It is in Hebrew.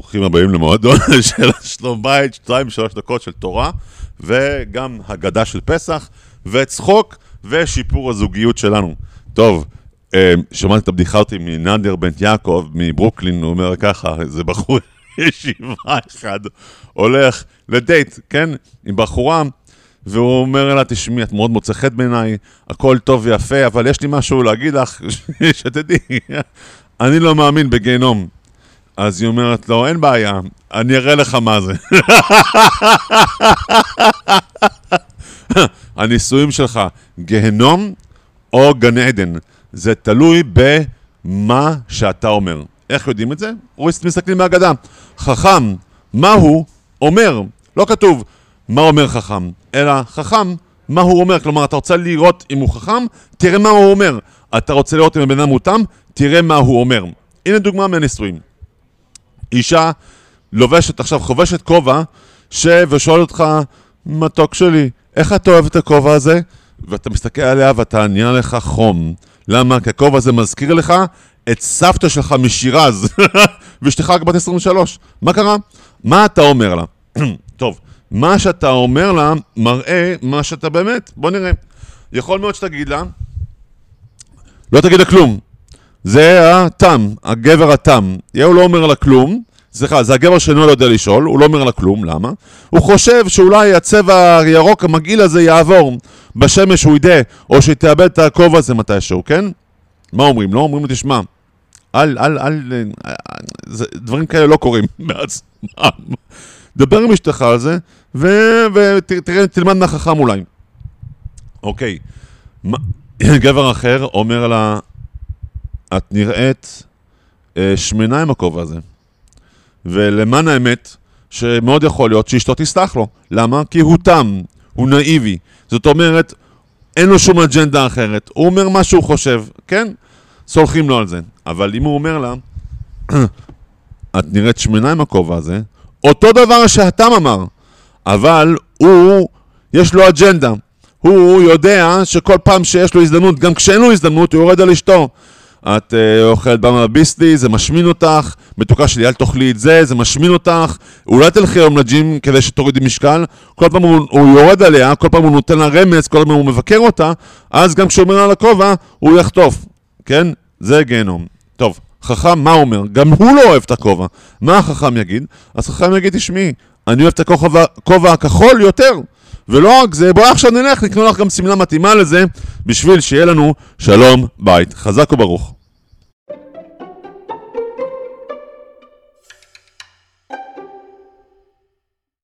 ברוכים הבאים למועדון של שלום בית, 2-3 דקות של תורה, וגם הגדה של פסח, וצחוק, ושיפור הזוגיות שלנו. טוב, שמעתי את הבדיחה אותי מנדר בן יעקב, מברוקלין, הוא אומר ככה, זה בחור ישיבה אחד, הולך לדייט, כן, עם בחורה, והוא אומר לה, תשמעי, את מאוד מוצא חד בעיניי, הכל טוב ויפה, אבל יש לי משהו להגיד לך, שתדעי, אני לא מאמין בגיהנום. אז היא אומרת לו, אין בעיה, אני אראה לך מה זה. הניסויים שלך, גיהנום או גן עדן, זה תלוי במה שאתה אומר. איך יודעים את זה? מסתכלים מהגדה. חכם, מה הוא אומר? לא כתוב מה אומר חכם, אלא חכם, מה הוא אומר. כלומר, אתה רוצה לראות אם הוא חכם, תראה מה הוא אומר. אתה רוצה לראות אם הבן אדם מותם, תראה מה הוא אומר. הנה דוגמה מהניסויים. אישה לובשת עכשיו, חובשת כובע, ושואל אותך, מתוק שלי, איך אתה אוהב את הכובע הזה? ואתה מסתכל עליה ואתה נהיה לך חום. למה? כי הכובע הזה מזכיר לך את סבתא שלך משירז, ואשתך רק בת 23. מה קרה? מה אתה אומר לה? טוב, מה שאתה אומר לה מראה מה שאתה באמת. בוא נראה. יכול מאוד שתגיד לה, לא תגיד לה כלום. זה התם, הגבר התם. הוא לא אומר לה כלום. סליחה, זה הגבר שאינו לא יודע לשאול, הוא לא אומר לה כלום, למה? הוא חושב שאולי הצבע הירוק המגעיל הזה יעבור בשמש, הוא ידע, או שתאבד את הכובע הזה מתישהו, כן? מה אומרים? לא אומרים לו, תשמע, דברים כאלה לא קורים בעצמם. דבר עם אשתך על זה, ותלמד מהחכם אולי. אוקיי, גבר אחר אומר לה, את נראית שמנה עם הכובע הזה. ולמען האמת, שמאוד יכול להיות שאשתו תסלח לו. למה? כי הוא תם, הוא נאיבי. זאת אומרת, אין לו שום אג'נדה אחרת. הוא אומר מה שהוא חושב, כן? סולחים לו על זה. אבל אם הוא אומר לה, את נראית שמנה עם הכובע הזה, אותו דבר שהתם אמר. אבל יש לו אג'נדה. הוא יודע שכל פעם שיש לו הזדמנות, גם כשאין לו הזדמנות, הוא יורד על אשתו. את אוכלת במבה ביסלי, זה משמין אותך, מתוקה שלי, אל תאכלי את זה, זה משמין אותך, אולי תלכי היום לג'ים כדי שתורידי משקל, כל פעם הוא יורד עליה, כל פעם הוא נותן לה רמז, כל פעם הוא מבקר אותה, אז גם כשהוא אומר על הכובע, הוא יחטוף, כן? זה גיהנום. טוב, חכם מה אומר? גם הוא לא אוהב את הכובע. מה החכם יגיד? אז חכם יגיד, תשמעי, אני אוהב את הכובע הכחול יותר, ולא רק זה, בוא עכשיו נלך, נקנו לך גם סמלה מתאימה לזה, בשביל שיהיה לנו שלום בית. חזק וברוך.